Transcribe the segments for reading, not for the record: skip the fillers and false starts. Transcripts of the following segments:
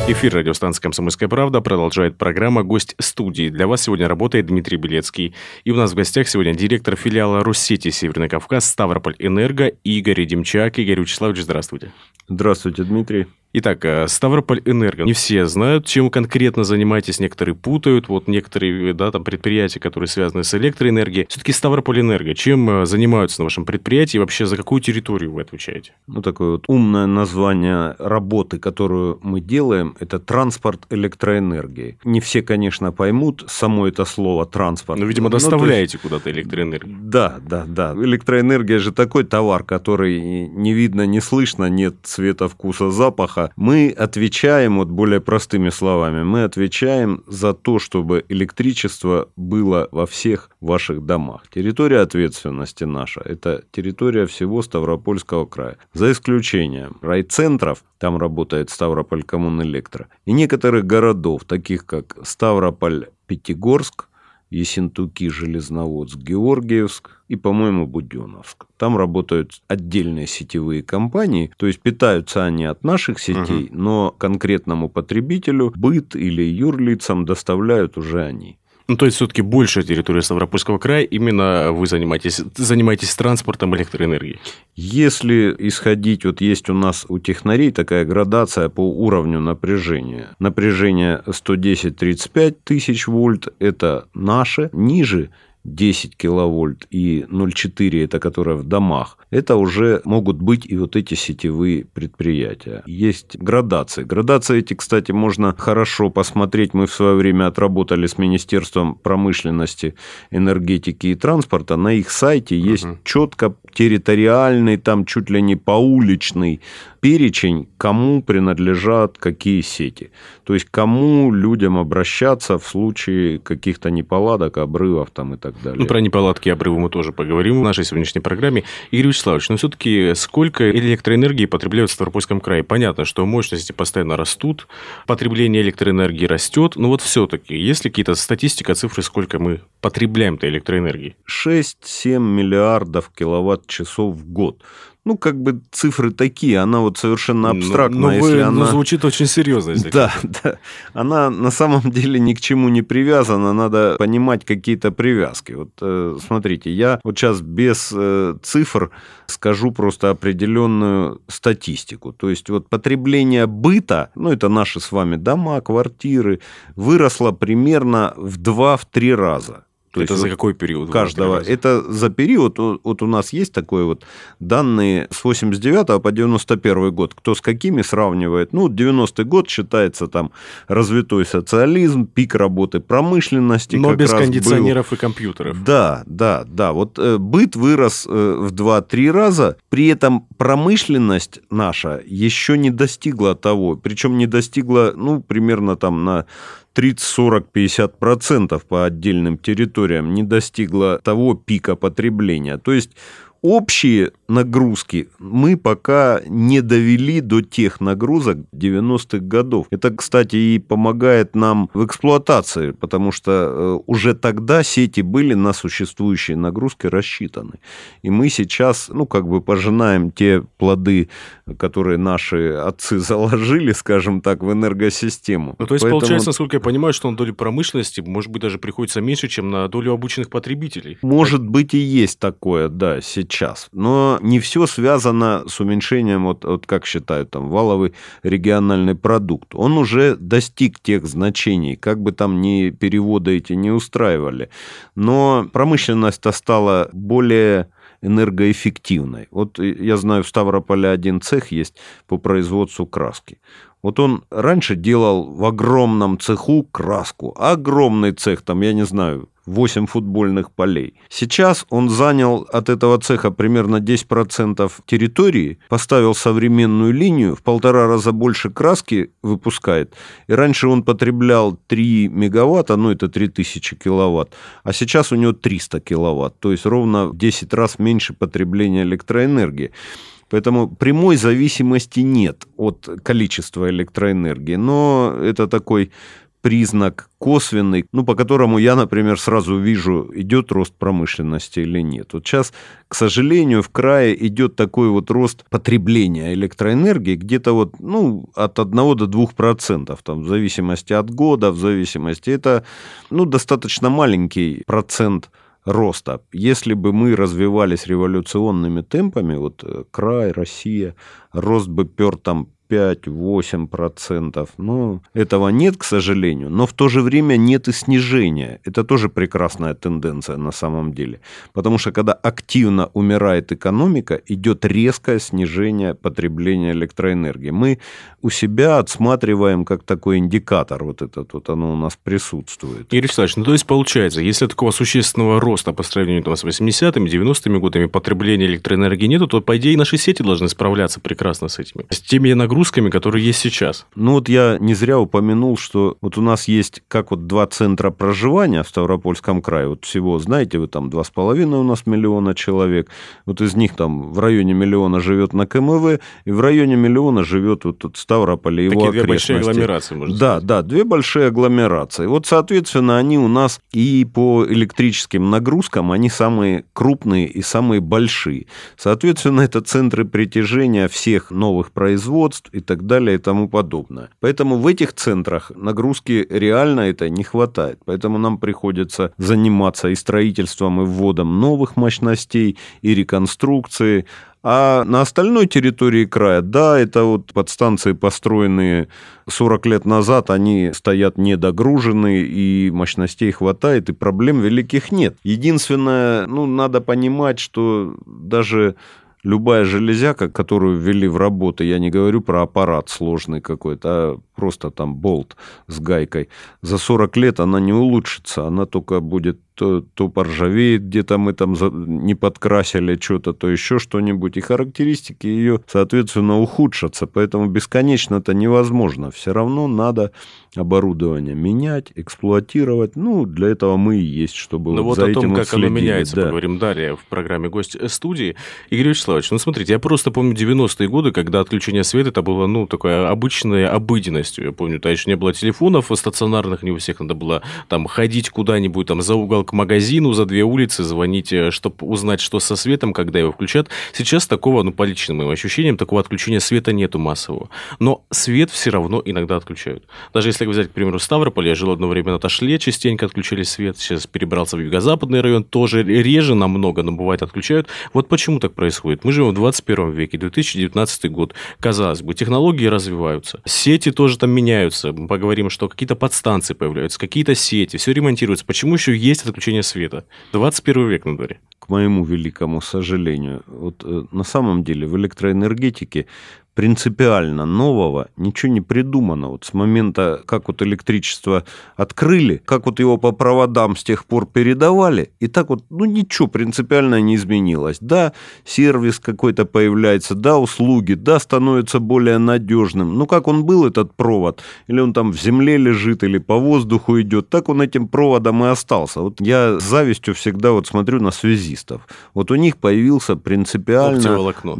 Эфир радиостанции «Комсомольская правда» продолжает программа «Гость студии». Для вас сегодня работает Дмитрий Белецкий. И у нас в гостях сегодня директор филиала Россети «Северный Кавказ» Ставрополь-Энерго Игорь Демчак. Игорь Вячеславович, здравствуйте. Здравствуйте, Дмитрий. Итак, Ставрополь-Энерго. Не все знают, чем вы конкретно занимаетесь, некоторые путают. Вот некоторые предприятия, которые связаны с электроэнергией. Все-таки Ставрополь-Энерго. Чем занимаются на вашем предприятии и вообще за какую территорию вы отвечаете? Такое вот умное название работы, которую мы делаем, это транспорт электроэнергии. Не все, конечно, поймут само это слово «транспорт». Но, видимо, доставляете куда-то электроэнергию. Да. Электроэнергия же такой товар, который не видно, не слышно, нет цвета, вкуса, запаха. Мы отвечаем, более простыми словами, мы отвечаем за то, чтобы электричество было во всех ваших домах. Территория ответственности наша – это территория всего Ставропольского края. За исключением райцентров, там работает Ставрополь-Коммунэлектро, и некоторых городов, таких как Ставрополь-Пятигорск, Ессентуки, Железноводск, Георгиевск и, по-моему, Буденновск. Там работают отдельные сетевые компании, то есть питаются они от наших сетей, но конкретному потребителю, быт или юрлицам доставляют уже они. То есть, все-таки большая территория Ставропольского края, именно вы занимаетесь транспортом электроэнергии? Если исходить, есть у нас у технарей такая градация по уровню напряжения. Напряжение 110-35 тысяч вольт – это наше, ниже 10 киловольт и 0,4 это которое в домах, это уже могут быть и эти сетевые предприятия. Есть градации. Градации эти, кстати, можно хорошо посмотреть. Мы в свое время отработали с Министерством промышленности, энергетики и транспорта. На их сайте есть четко территориальный, там чуть ли не поуличный перечень, кому принадлежат какие сети. То есть, кому людям обращаться в случае каких-то неполадок, обрывов и так далее. Про неполадки и обрывы мы тоже поговорим в нашей сегодняшней программе. Игорь Вячеславович, все-таки сколько электроэнергии потребляют в Ставропольском крае? Понятно, что мощности постоянно растут, потребление электроэнергии растет, но все-таки есть ли какие-то статистика, цифры, сколько мы потребляем-то электроэнергии? 6-7 миллиардов киловатт-часов в год. Цифры такие, она совершенно абстрактная. Звучит очень серьезно. Да. Она на самом деле ни к чему не привязана, надо понимать какие-то привязки. Смотрите, я сейчас без цифр скажу просто определенную статистику. То есть, потребление быта, это наши с вами дома, квартиры, выросло примерно в 2-3 раза. Это за какой период? Каждого. Это за период. У нас есть такое данные с 89 по 91 год. Кто с какими сравнивает? 90-й год считается развитой социализм, пик работы промышленности. Но без кондиционеров и компьютеров. Да. Быт вырос в 2-3 раза. При этом промышленность наша еще не достигла того. Причем не достигла, примерно на 30, 40, 50% по отдельным территориям не достигла того пика потребления. То есть, общие нагрузки мы пока не довели до тех нагрузок 90-х годов. Это, кстати, и помогает нам в эксплуатации, потому что уже тогда сети были на существующие нагрузки рассчитаны. И мы сейчас, пожинаем те плоды, которые наши отцы заложили, скажем так, в энергосистему. То есть, получается, насколько я понимаю, что на долю промышленности, может быть, даже приходится меньше, чем на долю обученных потребителей. Может быть, и есть такое, да, сейчас. Но не все связано с уменьшением, как считают, валовый региональный продукт. Он уже достиг тех значений, как бы ни переводы эти не устраивали. Но промышленность стала более энергоэффективной. Я знаю, в Ставрополе один цех есть по производству краски. Он раньше делал в огромном цеху краску. Огромный цех, 8 футбольных полей. Сейчас он занял от этого цеха примерно 10% территории, поставил современную линию, в 1,5 раза больше краски выпускает. И раньше он потреблял 3 мегаватта, это 3000 киловатт, а сейчас у него 300 киловатт, то есть ровно в 10 раз меньше потребления электроэнергии. Поэтому прямой зависимости нет от количества электроэнергии, но это такой признак косвенный, по которому я, например, сразу вижу, идет рост промышленности или нет. Вот сейчас, к сожалению, в крае идет такой вот рост потребления электроэнергии где-то от 1 до 2%, там, в зависимости от года, в зависимости. Это достаточно маленький процент роста. Если бы мы развивались революционными темпами, край, Россия, рост бы пер там 5-8%. Этого нет, к сожалению, но в то же время нет и снижения. Это тоже прекрасная тенденция на самом деле. Потому что когда активно умирает экономика, идет резкое снижение потребления электроэнергии. Мы у себя отсматриваем как такой индикатор, оно у нас присутствует. Игорь Вячеславович, то есть получается, если такого существенного роста по сравнению с 80-ми, 90-ми годами потребления электроэнергии нету, то, по идее, наши сети должны справляться прекрасно с этими. С теми нагрузками, которые есть сейчас. Я не зря упомянул, что у нас есть как 2 центра проживания в Ставропольском крае. Всего, знаете, там 2,5 у нас миллиона человек. Из них там в районе миллиона живет на КМВ, и в районе миллиона живет Ставрополь и его окрестности. Такие 2 большие агломерации, можно сказать. Да, 2 большие агломерации. Соответственно, они у нас и по электрическим нагрузкам, они самые крупные и самые большие. Соответственно, это центры притяжения всех новых производств и так далее и тому подобное. Поэтому в этих центрах нагрузки реально это не хватает. Поэтому нам приходится заниматься и строительством, и вводом новых мощностей, и реконструкцией. А на остальной территории края, это подстанции, построенные 40 лет назад, они стоят недогруженные, и мощностей хватает, и проблем великих нет. Единственное, надо понимать, что даже любая железяка, которую ввели в работу, я не говорю про аппарат сложный какой-то, а просто там болт с гайкой, за 40 лет она не улучшится, она только будет то поржавеет, где-то мы там не подкрасили что-то, то еще что-нибудь, и характеристики ее, соответственно, ухудшатся, поэтому бесконечно это невозможно. Все равно надо оборудование менять, эксплуатировать, для этого мы и есть, чтобы за этим о том, как следили. оно меняется, поговорим далее в программе «Гость студии». Игорь Вячеславович, смотрите, я просто помню 90-е годы, когда отключение света, это было, такая обычная обыденностью. Я помню, тогда еще не было телефонов стационарных, не у всех надо было там ходить куда-нибудь, там за угол к магазину, за 2 улицы, звонить, чтобы узнать, что со светом, когда его включат. Сейчас такого, по личным моим ощущениям, такого отключения света нету массового. Но свет все равно иногда отключают. Даже если взять, к примеру, Ставрополь, я жил одно время на Ташле, частенько отключали свет, сейчас перебрался в юго-западный район, тоже реже намного, но бывает отключают. Почему так происходит? Мы живем в 21 веке, 2019 год. Казалось бы, технологии развиваются, сети тоже там меняются. Мы поговорим, что какие-то подстанции появляются, какие-то сети, все ремонтируется. Почему еще есть отключение света? 21 век на дворе. К моему великому сожалению, на самом деле в электроэнергетике принципиально нового ничего не придумано. С момента, как электричество открыли, как его по проводам с тех пор передавали, и так ничего принципиально не изменилось. Да, сервис какой-то появляется, да, услуги, да, становится более надежным. Как он был, этот провод, или он там в земле лежит, или по воздуху идет, так он этим проводом и остался. Я с завистью всегда смотрю на связистов. У них появился принципиально... Оптоволокно.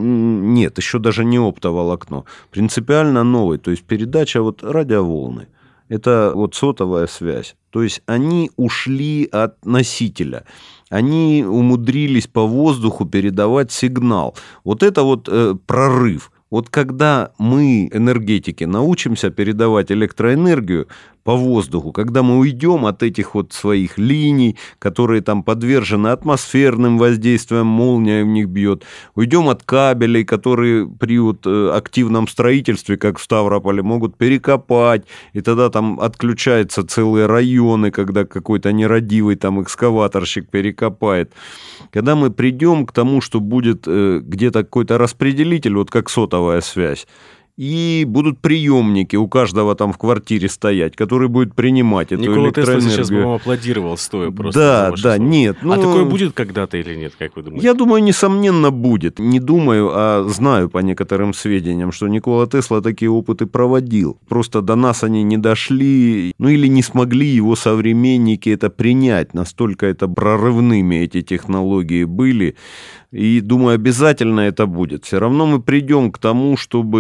Нет, еще даже не оптоволокно. Принципиально новый, то есть передача радиоволны. Это сотовая связь. То есть они ушли от носителя. Они умудрились по воздуху передавать сигнал. Это прорыв. Когда мы, энергетики, научимся передавать электроэнергию по воздуху, когда мы уйдем от этих своих линий, которые там подвержены атмосферным воздействиям, молния в них бьет, уйдем от кабелей, которые при активном строительстве, как в Ставрополе, могут перекопать, и тогда там отключаются целые районы, когда какой-то нерадивый там экскаваторщик перекопает. Когда мы придем к тому, что будет где-то какой-то распределитель, как сотовая связь, и будут приемники у каждого там в квартире стоять, который будет принимать эту электроэнергию. Никола Тесла сейчас бы вам аплодировал стоя просто. Да, нет. Такое будет когда-то или нет, как вы думаете? Я думаю, несомненно, будет. Не думаю, а знаю по некоторым сведениям, что Никола Тесла такие опыты проводил. Просто до нас они не дошли, или не смогли его современники это принять. Настолько это прорывными эти технологии были. И думаю, обязательно это будет. Все равно мы придем к тому, чтобы уйти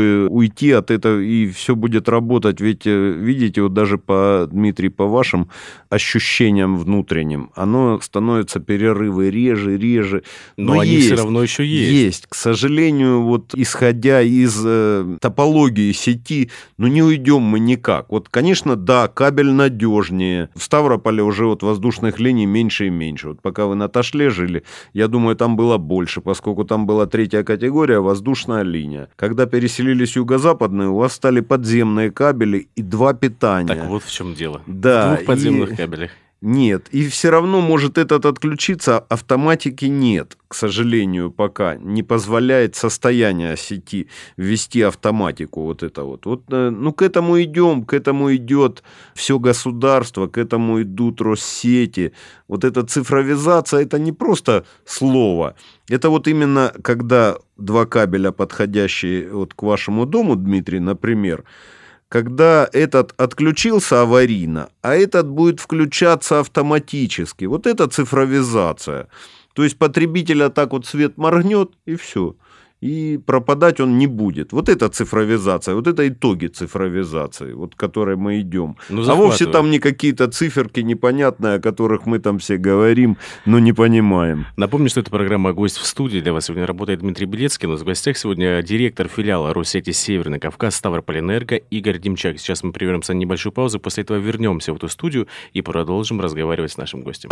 уйти от этого, и все будет работать. Ведь, видите, вот даже Дмитрий, по вашим ощущениям внутренним, оно становится перерывы реже. Но они все равно еще есть. Есть. К сожалению, вот исходя из топологии сети, не уйдем мы никак. Вот, конечно, да, кабель надежнее. В Ставрополе уже вот воздушных линий меньше и меньше. Вот пока вы на Ташле жили, я думаю, там было больше, поскольку там была 3-я категория, воздушная линия. Когда переселились юго-западные, у вас стали подземные кабели и 2 питания. Так вот в чем дело. Да, в 2 подземных кабелях. Нет, и все равно может этот отключиться, автоматики нет, к сожалению, пока не позволяет состояние сети ввести автоматику вот это вот. К этому идем, к этому идет все государство, к этому идут Россети. Вот эта цифровизация, это не просто слово, это вот именно когда 2 кабеля, подходящие вот к вашему дому, Дмитрий, например, когда этот отключился аварийно, а этот будет включаться автоматически. Вот это цифровизация. То есть потребителя так вот свет моргнет, и все. И пропадать он не будет. Вот это цифровизация, вот это итоги цифровизации, вот к которой мы идем. А вовсе там не какие-то циферки непонятные, о которых мы там все говорим, но не понимаем. Напомню, что это программа «Гость в студии». Для вас сегодня работает Дмитрий Белецкий. У нас в гостях сегодня директор филиала Россети Северный Кавказ Ставропольэнерго Игорь Демчак. Сейчас мы прервемся на небольшую паузу, после этого вернемся в эту студию и продолжим разговаривать с нашим гостем.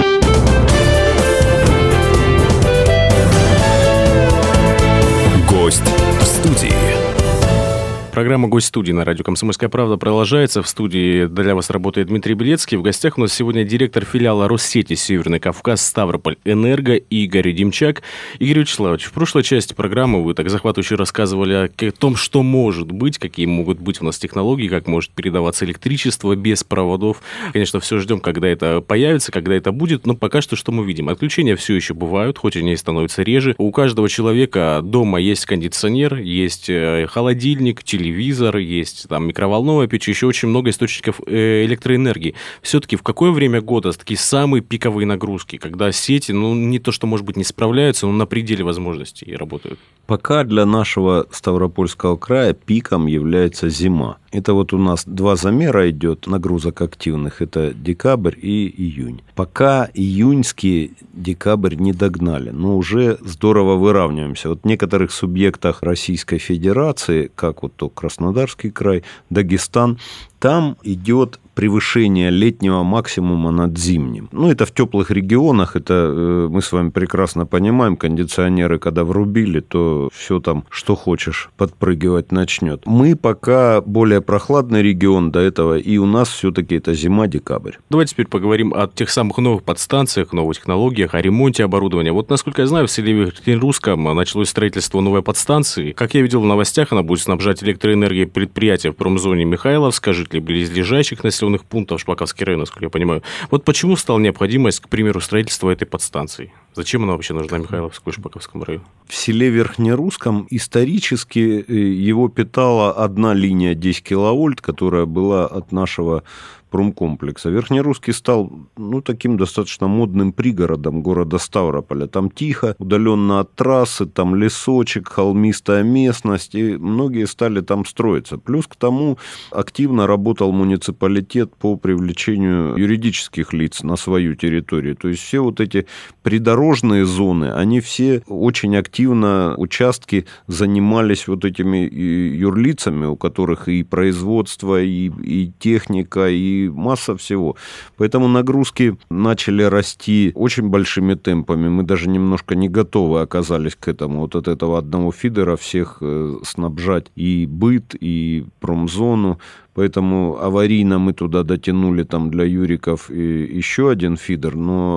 Гость в студии. Программа «Гость в студии» на радио «Комсомольская правда» продолжается. В студии для вас работает Дмитрий Белецкий. В гостях у нас сегодня директор филиала Россети Северный Кавказ Ставропольэнерго Игорь Демчак. Игорь Вячеславович, в прошлой части программы вы так захватывающе рассказывали о том, что может быть, какие могут быть у нас технологии, как может передаваться электричество без проводов. Конечно, все ждем, когда это появится, когда это будет, но пока что мы видим? Отключения все еще бывают, хоть они и становятся реже. У каждого человека дома есть кондиционер, есть холодильник, телевизор, есть там микроволновая печь, еще очень много источников электроэнергии. Все-таки в какое время года такие самые пиковые нагрузки, когда сети, не то что, может быть, не справляются, но на пределе возможностей работают? Пока для нашего Ставропольского края пиком является зима. Это вот у нас 2 замера идет нагрузок активных, это декабрь и июнь. Пока июньские декабрь не догнали, но уже здорово выравниваемся. Вот в некоторых субъектах Российской Федерации, как вот то Краснодарский край, Дагестан, там идет превышение летнего максимума над зимним. Это в теплых регионах, это мы с вами прекрасно понимаем, кондиционеры, когда врубили, то все там, что хочешь, подпрыгивать начнет. Мы пока более прохладный регион до этого, и у нас все-таки это зима-декабрь. Давайте теперь поговорим о тех самых новых подстанциях, новых технологиях, о ремонте оборудования. Вот, насколько я знаю, в селе Верхнерусском началось строительство новой подстанции. Как я видел в новостях, она будет снабжать электроэнергией предприятия в промзоне Михайловска, жителей близлежащих населенных пунктов, Шпаковский район, насколько я понимаю. Вот почему стала необходимость, к примеру, строительства этой подстанции? Зачем она вообще нужна Михайловску и Шпаковскому району? В селе Верхнерусском исторически его питала одна линия 10 киловольт, которая была от нашего промкомплекса. Верхнерусский стал таким достаточно модным пригородом города Ставрополя. Там тихо, удаленно от трассы, там лесочек, холмистая местность, и многие стали там строиться. Плюс к тому активно работал муниципалитет по привлечению юридических лиц на свою территорию. То есть все вот эти придорожные зоны, они все очень активно участки занимались вот этими юрлицами, у которых и производство, и техника, и масса всего. Поэтому нагрузки начали расти очень большими темпами. Мы даже немножко не готовы оказались к этому. Вот от этого одного фидера всех снабжать и быт, и промзону. Поэтому аварийно мы туда дотянули там для Юриков еще один фидер,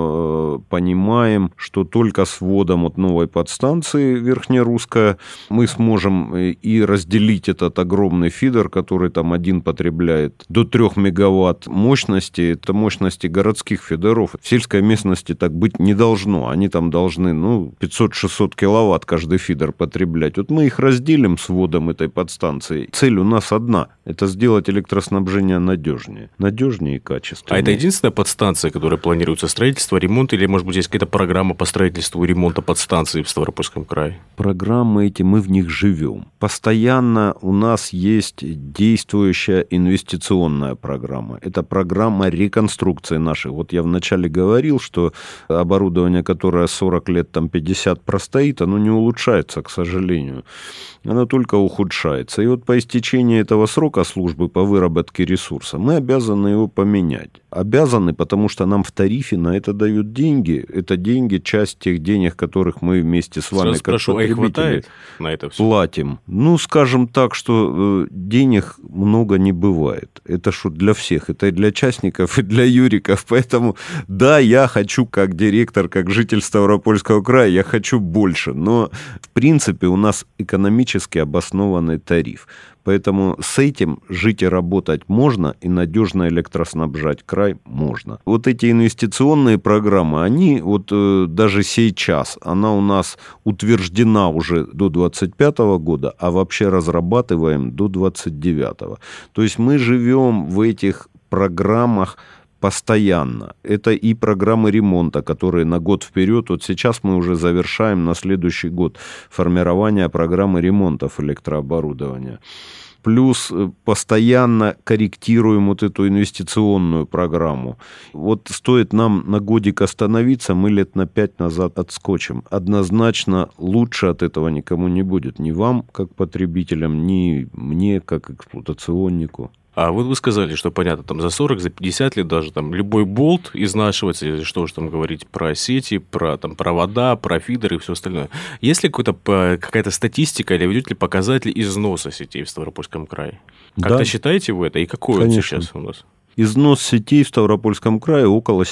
но понимаем, что только с вводом от новой подстанции Верхнерусская мы сможем и разделить этот огромный фидер, который там один потребляет до 3 мегаватт мощности. Это мощности городских фидеров. В сельской местности так быть не должно. Они там должны 500-600 киловатт каждый фидер потреблять. Вот мы их разделим с вводом этой подстанции. Цель у нас одна. Это сделать электроснабжение надежнее и качественнее. А это единственная подстанция, которая планируется строительство, ремонт, или, может быть, есть какая-то программа по строительству и ремонта подстанции в Ставропольском крае? Программы эти, мы в них живем. Постоянно у нас есть действующая инвестиционная программа. Это программа реконструкции наших. Вот я вначале говорил, что оборудование, которое 40 лет, там 50 простоит, оно не улучшается, к сожалению. Оно только ухудшается. И вот по истечении этого срока службы по выработке ресурса мы обязаны его поменять. Обязаны, потому что нам в тарифе на это дают деньги. Это деньги, часть тех денег, которых мы вместе с вами, как потребители, хватает на это все? Платим. Ну, скажем так, что денег много не бывает. Это что для всех. Это и для частников, и для юриков. Поэтому, да, я хочу, как директор, как житель Ставропольского края, я хочу больше. Но, в принципе, у нас экономически обоснованный тариф. Поэтому с этим жить и работать можно, и надежно электроснабжать край можно. Вот эти инвестиционные программы, они вот даже сейчас, она у нас утверждена уже до 2025 года, а вообще разрабатываем до 2029. То есть мы живем в этих программах постоянно. Это и программы ремонта, которые на год вперед. Вот сейчас мы уже завершаем на следующий год формирование программы ремонтов электрооборудования. Плюс постоянно корректируем вот эту инвестиционную программу. Вот стоит нам на годик остановиться, мы лет на 5 назад отскочим. Однозначно лучше от этого никому не будет. Ни вам, как потребителям, ни мне, как эксплуатационнику. А вот вы сказали, что, понятно, там за 40, за 50 лет даже там любой болт изнашивается, или что же там говорить про сети, про там провода, про фидеры и все остальное. Есть ли какая-то статистика или ведете ли показатели износа сетей в Ставропольском крае? Как-то считаете вы это? И какой он сейчас у нас? Износ сетей в Ставропольском крае около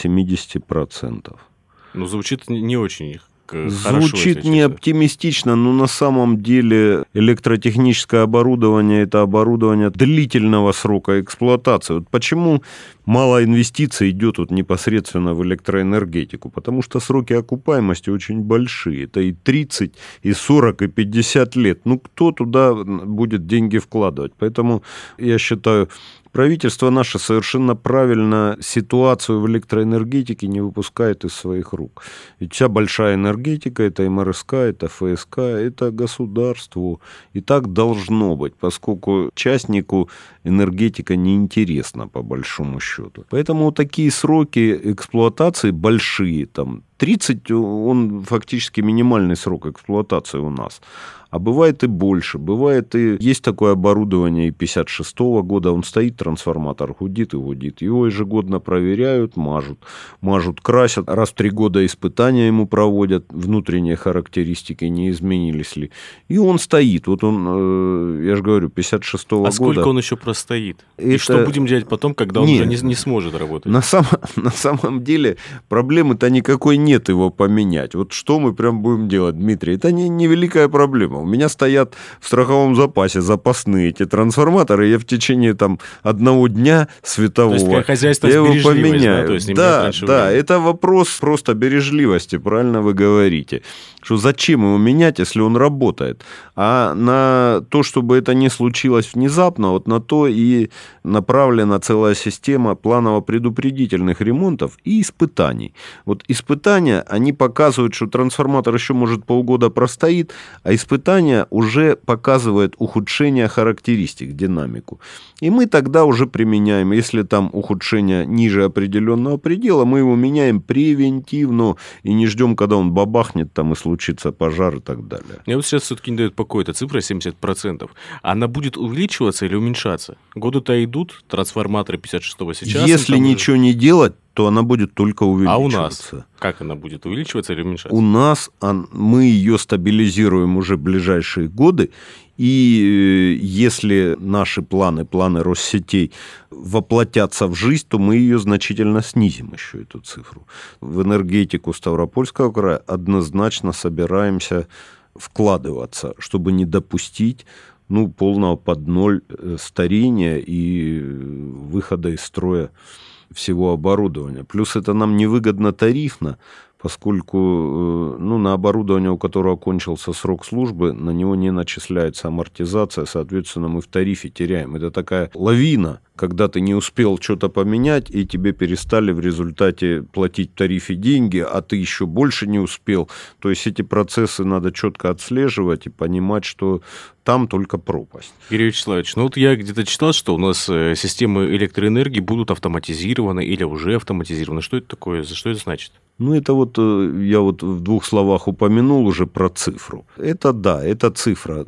70%. Ну, звучит не очень Звучит не оптимистично, но на самом деле электротехническое оборудование – это оборудование длительного срока эксплуатации. Вот почему мало инвестиций идет вот непосредственно в электроэнергетику? Потому что сроки окупаемости очень большие. Это и 30, и 40, и 50 лет. Ну, кто туда будет деньги вкладывать? Поэтому я считаю, правительство наше совершенно правильно ситуацию в электроэнергетике не выпускает из своих рук. Ведь вся большая энергетика – это МРСК, это ФСК, это государству. И так должно быть, поскольку частнику энергетика неинтересна, по большому счету. Поэтому вот такие сроки эксплуатации большие, там 30, он фактически минимальный срок эксплуатации у нас. А бывает и больше. Бывает и есть такое оборудование и 56-го года. Он стоит, трансформатор гудит и гудит. Его ежегодно проверяют, мажут, красят. Раз в 3 года испытания ему проводят. Внутренние характеристики не изменились ли. И он стоит. Вот он, я же говорю, 56-го года. А сколько он еще простоит? И что будем делать потом, когда он уже не сможет работать? На самом деле проблемы-то никакой нет его поменять. Вот что мы прям будем делать, Дмитрий? Это не великая проблема. У меня стоят в страховом запасе запасные эти трансформаторы, я в течение там 1 дня светового, то есть, хозяйство я его поменяю. Да, то есть, да, это вопрос просто бережливости, правильно вы говорите. Что зачем его менять, если он работает? А на то, чтобы это не случилось внезапно, вот на то и направлена целая система планово-предупредительных ремонтов и испытаний. Вот испытания, они показывают, что трансформатор еще, может, полгода простоит, а испытания уже показывают ухудшение характеристик, динамику. И мы тогда уже применяем, если там ухудшение ниже определенного предела, мы его меняем превентивно и не ждем, когда он бабахнет там и случится пожар и так далее. Мне вот сейчас все-таки не дает покоя эта цифра 70%. Она будет увеличиваться или уменьшаться? Годы-то идут, трансформаторы 56-го сейчас. Если ничего не делать, то она будет только увеличиваться. А у нас? Как она будет увеличиваться или уменьшаться? У нас мы ее стабилизируем уже в ближайшие годы. И если наши планы Россетей воплотятся в жизнь, то мы ее значительно снизим еще, эту цифру. В энергетику Ставропольского края однозначно собираемся вкладываться, чтобы не допустить полного под ноль старения и выхода из строя всего оборудования. Плюс это нам невыгодно тарифно, поскольку на оборудование, у которого кончился срок службы, на него не начисляется амортизация, соответственно, мы в тарифе теряем. Это такая лавина, когда ты не успел что-то поменять, и тебе перестали в результате платить в тарифе деньги, а ты еще больше не успел. То есть эти процессы надо четко отслеживать и понимать, что там только пропасть. Юрий Вячеславович, я где-то читал, что у нас системы электроэнергии будут автоматизированы или уже автоматизированы. Что это такое? Что это значит? Это я в 2 словах упомянул уже про цифру. Это да, это цифра.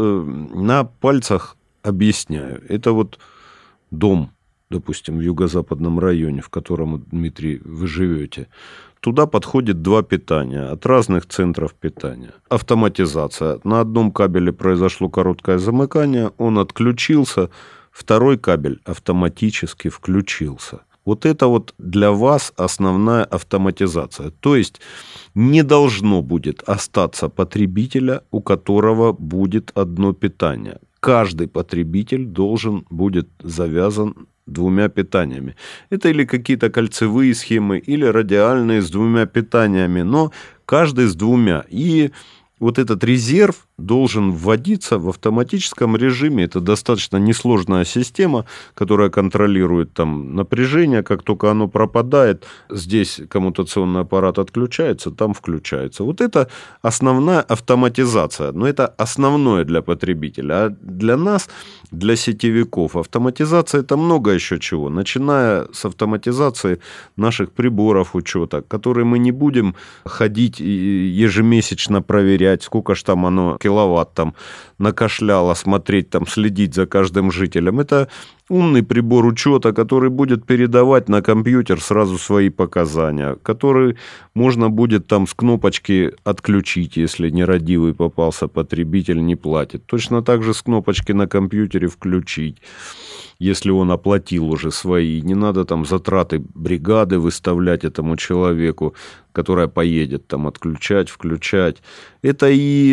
На пальцах объясняю. Это дом, допустим, в юго-западном районе, в котором, Дмитрий, вы живете. Туда подходит 2 питания от разных центров питания. Автоматизация. На одном кабеле произошло короткое замыкание, он отключился, второй кабель автоматически включился. Это для вас основная автоматизация. То есть не должно будет остаться потребителя, у которого будет одно питание. Каждый потребитель должен будет завязан 2 питаниями. Это или какие-то кольцевые схемы, или радиальные с 2 питаниями, но каждый с 2. И этот резерв должен вводиться в автоматическом режиме. Это достаточно несложная система, которая контролирует напряжение. Как только оно пропадает, здесь коммутационный аппарат отключается, там включается. Это основная автоматизация. Но это основное для потребителя. А для нас, для сетевиков, автоматизация – это много еще чего. Начиная с автоматизации наших приборов учета, которые мы не будем ходить и ежемесячно проверять, сколько ж там оно киловатт накашляло, смотреть, следить за каждым жителем. Это умный прибор учета, который будет передавать на компьютер сразу свои показания, который можно будет с кнопочки отключить, если нерадивый попался потребитель, не платит. Точно так же с кнопочки на компьютере включить, если он оплатил уже свои. Не надо затраты бригады выставлять этому человеку, которая поедет отключать, включать. Это и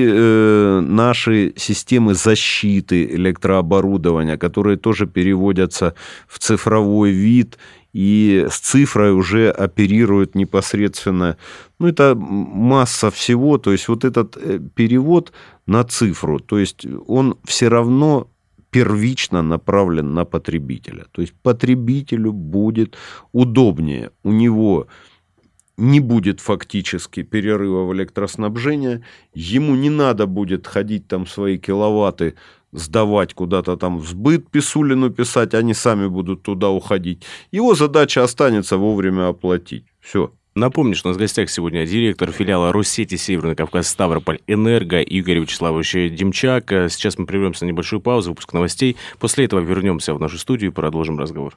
наши системы защиты электрооборудования, которые тоже переводятся в цифровой вид и с цифрой уже оперируют непосредственно. Это масса всего. То есть этот перевод на цифру, то есть он все равно первично направлен на потребителя. То есть потребителю будет удобнее. У него не будет фактически перерыва в электроснабжении. Ему не надо будет ходить свои киловатты, сдавать куда-то в сбыт, Писулину писать, они сами будут туда уходить. Его задача останется вовремя оплатить. Все. Напомню, что у нас в гостях сегодня директор филиала Россети Северный Кавказ Ставрополь Энерго Игорь Вячеславович Демчак. Сейчас мы прервемся на небольшую паузу, выпуск новостей. После этого вернемся в нашу студию и продолжим разговор.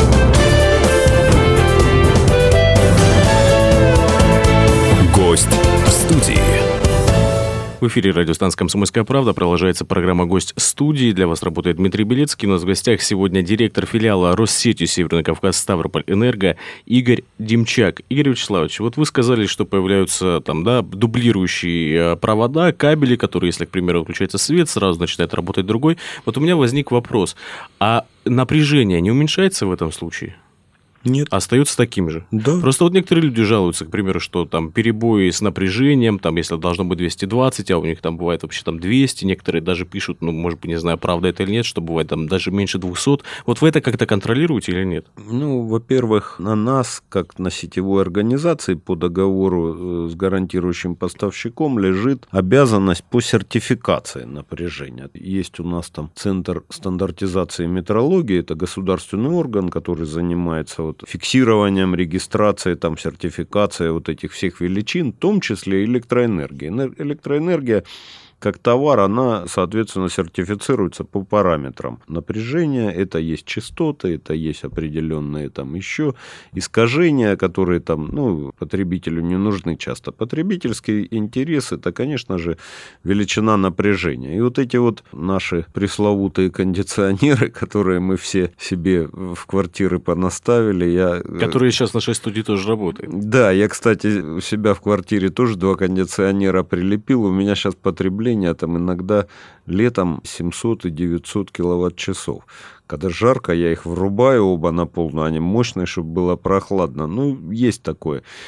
Гость в студии. В эфире радиостанции «Комсомольская правда». Продолжается программа «Гость студии». Для вас работает Дмитрий Белецкий. У нас в гостях сегодня директор филиала Россети Северный Кавказ Ставрополь Энерго Игорь Демчак. Игорь Вячеславович, вы сказали, что появляются дублирующие провода, кабели, которые, если, к примеру, включается свет, сразу начинает работать другой. У меня возник вопрос. А напряжение не уменьшается в этом случае? Нет. Остается таким же. Да. Просто некоторые люди жалуются, к примеру, что перебои с напряжением, если должно быть 220, а у них бывает вообще 200. Некоторые даже пишут, может быть, не знаю, правда это или нет, что бывает даже меньше 200. Вы это как-то контролируете или нет? Во-первых, на нас, как на сетевой организации, по договору с гарантирующим поставщиком лежит обязанность по сертификации напряжения. Есть у нас Центр стандартизации метрологии, это государственный орган, который занимается фиксированием, регистрацией, сертификацией этих всех величин, в том числе электроэнергии. Электроэнергия как товар, она, соответственно, сертифицируется по параметрам напряжения. Это есть частоты, это есть определенные еще искажения, которые потребителю не нужны часто. Потребительский интерес – это, конечно же, величина напряжения. И эти наши пресловутые кондиционеры, которые мы все себе в квартиры понаставили. Которые сейчас в нашей студии тоже работают. Да, я, кстати, у себя в квартире тоже 2 кондиционера прилепил. У меня сейчас потребление иногда летом 700 и 900 киловатт-часов. Когда жарко, я их врубаю оба на полную, они мощные, чтобы было прохладно. Есть такое.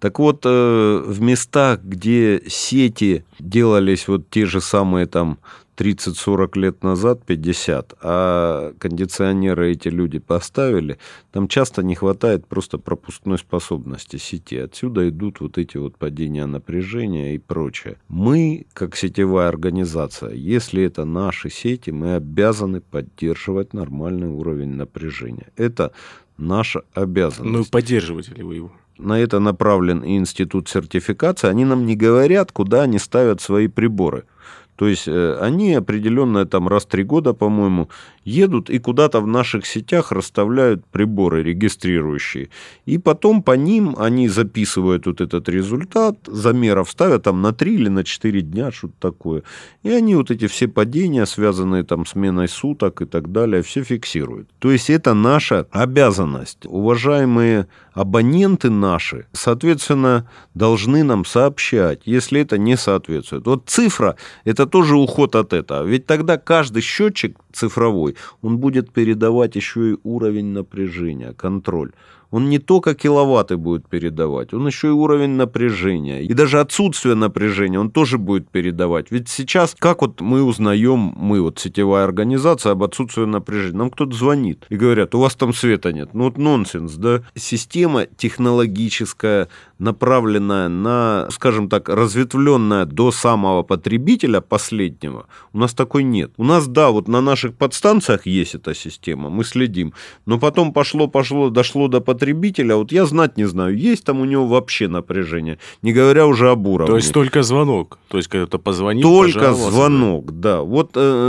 Так вот, в местах, где сети делались вот те же самые там 30-40 лет назад, 50, а кондиционеры эти люди поставили, там часто не хватает просто пропускной способности сети. Отсюда идут вот эти вот падения напряжения и прочее. Мы, как сетевая организация, если это наши сети, мы обязаны поддерживать нормальный уровень напряжения. Это наша обязанность. Ну и поддерживаете ли вы его? На это направлен и институт сертификации. Они нам не говорят, куда они ставят свои приборы. То есть они определенно там раз в 3 года, по-моему, едут и куда-то в наших сетях расставляют приборы регистрирующие. И потом по ним они записывают вот этот результат замеров, ставят там на 3 или на 4 дня, что-то такое. И они вот эти все падения, связанные там с сменой суток и так далее, все фиксируют. То есть это наша обязанность. Уважаемые абоненты наши, соответственно, должны нам сообщать, если это не соответствует. Вот цифра – это тоже уход от этого. Ведь тогда каждый счетчик цифровой, он будет передавать еще и уровень напряжения, контроль. Он не только киловатты будет передавать, он еще и уровень напряжения. И даже отсутствие напряжения он тоже будет передавать. Ведь сейчас, как вот мы узнаем, мы вот сетевая организация, об отсутствии напряжения? Нам кто-то звонит и говорят, у вас там света нет. Ну вот нонсенс, да? Система технологическая, направленная на, скажем так, разветвленная до самого потребителя последнего, у нас такой нет. У нас, да, вот на наших подстанциях есть эта система, мы следим, но потом дошло до потребителя, вот я знать не знаю, есть там у него вообще напряжение, не говоря уже об уровне. То есть только звонок, то есть когда-то позвонил, только звонок, да. Вот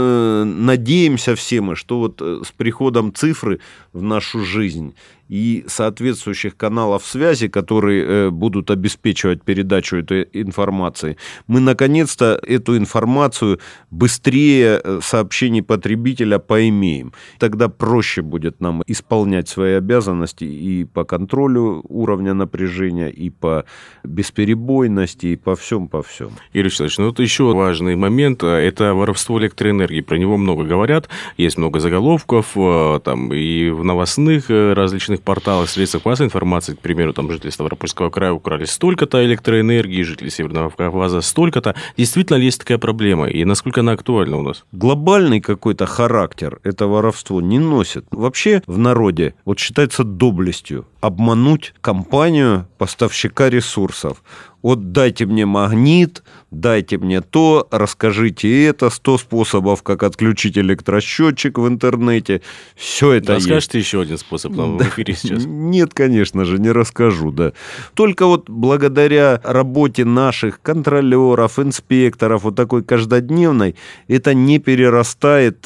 надеемся все мы, что вот с приходом цифры в нашу жизнь и соответствующих каналов связи, которые будут обеспечивать передачу этой информации, мы наконец-то эту информацию быстрее сообщений потребителя поимеем. Тогда проще будет нам исполнять свои обязанности и по контролю уровня напряжения, и по бесперебойности, и по всем. Юрий Вячеславович, ну вот еще важный момент – это воровство электроэнергии. Про него много говорят, есть много заголовков, там и в новостных различных порталах, средствах массовой информации, к примеру, там жители Ставропольского края украли столько-то электроэнергии, жители Северного Кавказа столько-то. Действительно ли есть такая проблема? И насколько она актуальна у нас? Глобальный какой-то характер это воровство не носит. Вообще в народе вот считается доблестью обмануть компанию поставщика ресурсов. Вот дайте мне магнит, дайте мне то, расскажите это, 100 способов, как отключить электросчетчик в интернете. Все это есть. Расскажите еще один способ нам в эфире сейчас? Нет, конечно же, не расскажу, да. Только вот благодаря работе наших контролеров, инспекторов, вот такой каждодневной, это не перерастает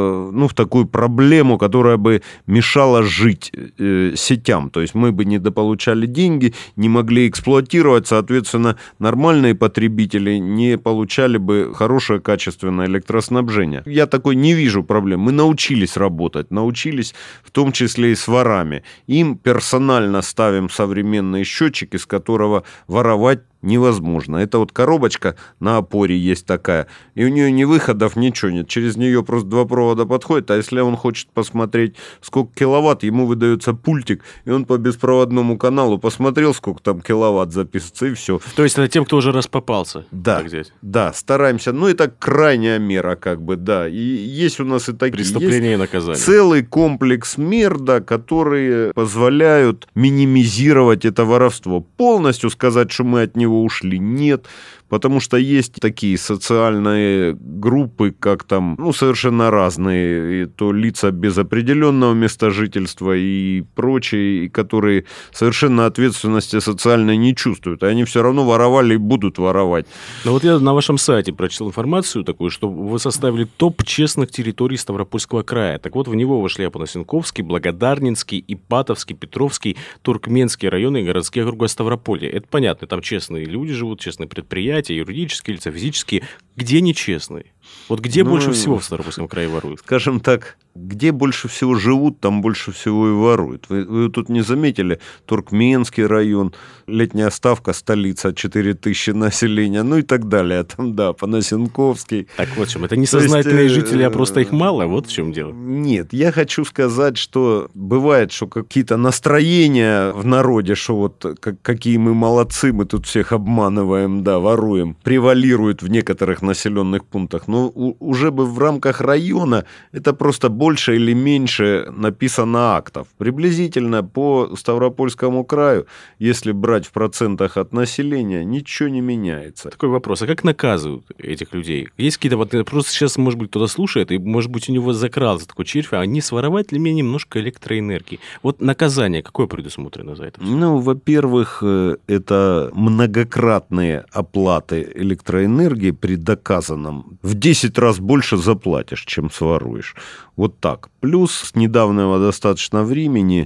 в такую проблему, которая бы мешала жить сетям. То есть мы бы недополучали деньги, не могли эксплуатировать, соответственно, нормальные потребители не получали бы хорошее качественное электроснабжение. Я такой не вижу проблем. Мы научились работать, научились в том числе и с ворами. Им персонально ставим современный счетчик, из которого воровать невозможно. Это вот коробочка на опоре есть такая, и у нее ни выходов, ничего нет. Через нее просто 2 провода подходят, а если он хочет посмотреть, сколько киловатт, ему выдается пультик, и он по беспроводному каналу посмотрел, сколько там киловатт записывается, и все. То есть это тем, кто уже раз попался? Да, да, стараемся. Ну, это крайняя мера, как бы, да. И есть у нас и такие. Преступления и наказания. Целый комплекс мер, да, которые позволяют минимизировать это воровство. Полностью сказать, что мы от него ушли, нет. Потому что есть такие социальные группы, как там, совершенно разные, и то лица без определенного места жительства и прочие, которые совершенно ответственности социальной не чувствуют. И они все равно воровали и будут воровать. Но вот я на вашем сайте прочитал информацию такую, что вы составили топ честных территорий Ставропольского края. Так вот, в него вошли Апанасенковский, Благодарнинский, Ипатовский, Петровский, Туркменский районы и городские округа Ставрополья. Это понятно, там честные люди живут, честные предприятия, юридические лица, физические. Где нечестные? Вот где больше всего в Ставропольском крае воруют? Скажем так, где больше всего живут, там больше всего и воруют. Вы тут не заметили, Туркменский район, летняя ставка, столица, 4000 населения, ну и так далее. Там, да, Понасенковский. Так вот в чем. Это не сознательные жители, а просто их мало? Вот в чем дело. Нет, я хочу сказать, что бывает, что какие-то настроения в народе, что вот какие мы молодцы, мы тут всех обманываем, да, воруем, превалируют в некоторых населенных пунктах. Но уже бы в рамках района это просто больше или меньше написано актов. Приблизительно по Ставропольскому краю, если брать в процентах от населения, ничего не меняется. Такой вопрос. А как наказывают этих людей? Есть какие-то... Вот просто сейчас, может быть, кто-то слушает, и, может быть, у него закрался такой червь, а не своровать ли мне немножко электроэнергии? Вот наказание какое предусмотрено за это? Ну, во-первых, это многократные оплаты электроэнергии при доказанном. В 10 раз больше заплатишь, чем своруешь. Вот так. Плюс с недавнего достаточно времени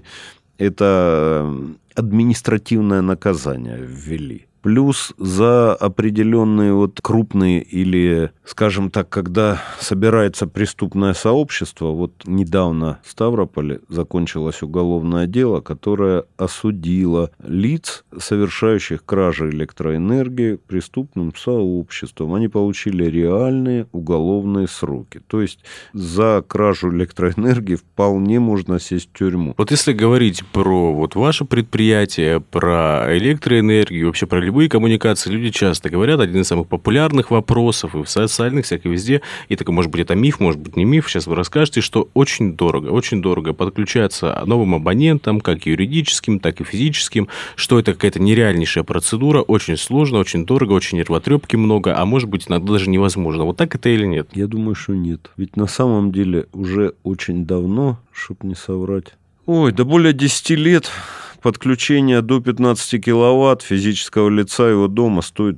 это административное наказание ввели. Плюс за определенные вот крупные или, скажем так, когда собирается преступное сообщество, вот недавно в Ставрополе закончилось уголовное дело, которое осудило лиц, совершающих кражи электроэнергии преступным сообществом. Они получили реальные уголовные сроки. То есть за кражу электроэнергии вполне можно сесть в тюрьму. Вот если говорить про вот ваше предприятие, про электроэнергию, вообще про любые коммуникации, люди часто говорят, один из самых популярных вопросов и в социальных всяких везде, и такой, может быть, это миф, может быть, не миф, сейчас вы расскажете, что очень дорого подключаться новым абонентам, как юридическим, так и физическим, что это какая-то нереальнейшая процедура, очень сложно, очень дорого, очень нервотрепки много, а может быть, иногда даже невозможно. Вот так это или нет? Я думаю, что нет. Ведь на самом деле уже очень давно, чтоб не соврать, да более 10 лет подключение до 15 киловатт физического лица его дома стоит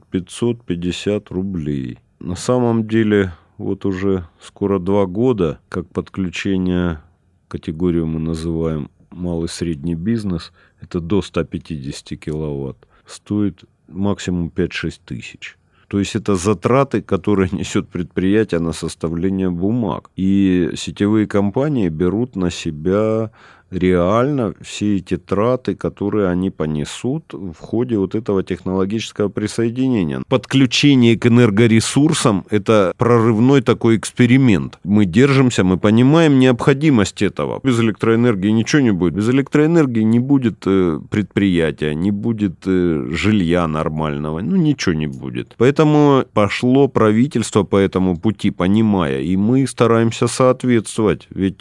550 рублей. На самом деле, вот уже скоро 2 года, как подключение, категорию мы называем малый-средний бизнес, это до 150 киловатт, стоит максимум 5-6 тысяч. То есть это затраты, которые несет предприятие на составление бумаг. И сетевые компании берут на себя реально все эти траты, которые они понесут в ходе вот этого технологического присоединения. Подключение к энергоресурсам – это прорывной такой эксперимент. Мы держимся, мы понимаем необходимость этого. Без электроэнергии ничего не будет. Без электроэнергии не будет предприятия, не будет жилья нормального, ничего не будет. Поэтому пошло правительство по этому пути, понимая, и мы стараемся соответствовать. Ведь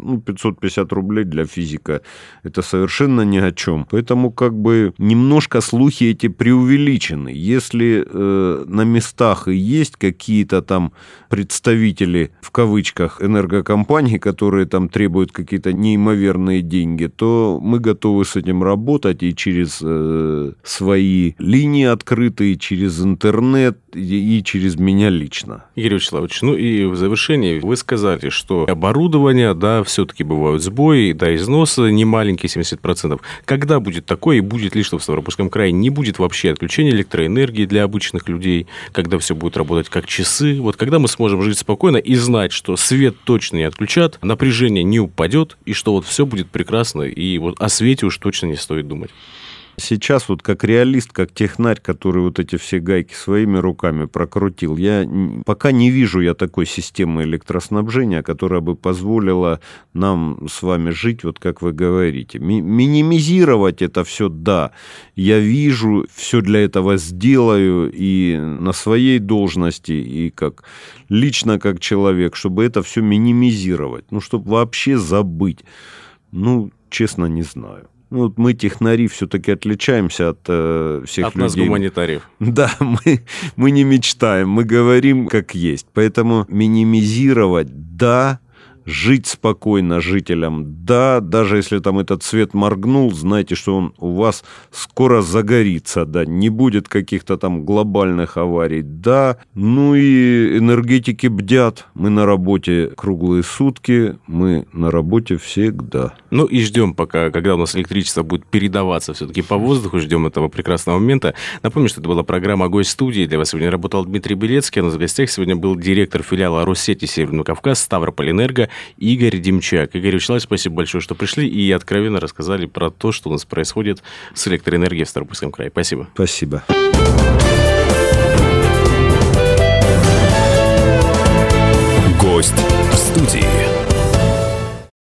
550 рублей для физика – это совершенно ни о чем. Поэтому немножко слухи эти преувеличены. Если на местах и есть какие-то там представители, в кавычках, энергокомпаний, которые там требуют какие-то неимоверные деньги, то мы готовы с этим работать и через свои линии открытые, через интернет и через меня лично. Игорь Вячеславович, и в завершении вы сказали, что оборудование, все-таки бывают сбои, износы не маленькие, 70%. Когда будет такое, и будет ли, что в Ставропольском крае не будет вообще отключения электроэнергии для обычных людей, когда все будет работать как часы, вот когда мы сможем жить спокойно и знать, что свет точно не отключат, напряжение не упадет, и что вот все будет прекрасно, и вот о свете уж точно не стоит думать. Сейчас как реалист, как технарь, который вот эти все гайки своими руками прокрутил, я пока не вижу такой системы электроснабжения, которая бы позволила нам с вами жить, вот как вы говорите. Минимизировать это все, да, я вижу, все для этого сделаю и на своей должности, и лично как человек, чтобы это все минимизировать, чтобы вообще забыть. Честно, не знаю. Мы, технари, все-таки отличаемся от всех людей. От нас, гуманитариев. Да, мы не мечтаем, мы говорим как есть. Поэтому минимизировать, да, жить спокойно жителям. Да, даже если там этот свет моргнул, знайте, что он у вас скоро загорится, да, не будет каких-то там глобальных аварий, да. Ну и энергетики бдят. Мы на работе круглые сутки, мы на работе всегда. Ну и ждем пока, когда у нас электричество будет передаваться все-таки по воздуху, ждем этого прекрасного момента. Напомню, что это была программа «Гость студии». Для вас сегодня работал Дмитрий Белецкий, а у нас в гостях сегодня был директор филиала Россети Северный Кавказ Ставропольэнерго Игорь Демчак. Игорь Вячеславович, спасибо большое, что пришли и откровенно рассказали про то, что у нас происходит с электроэнергией в Ставропольском крае. Спасибо. Спасибо.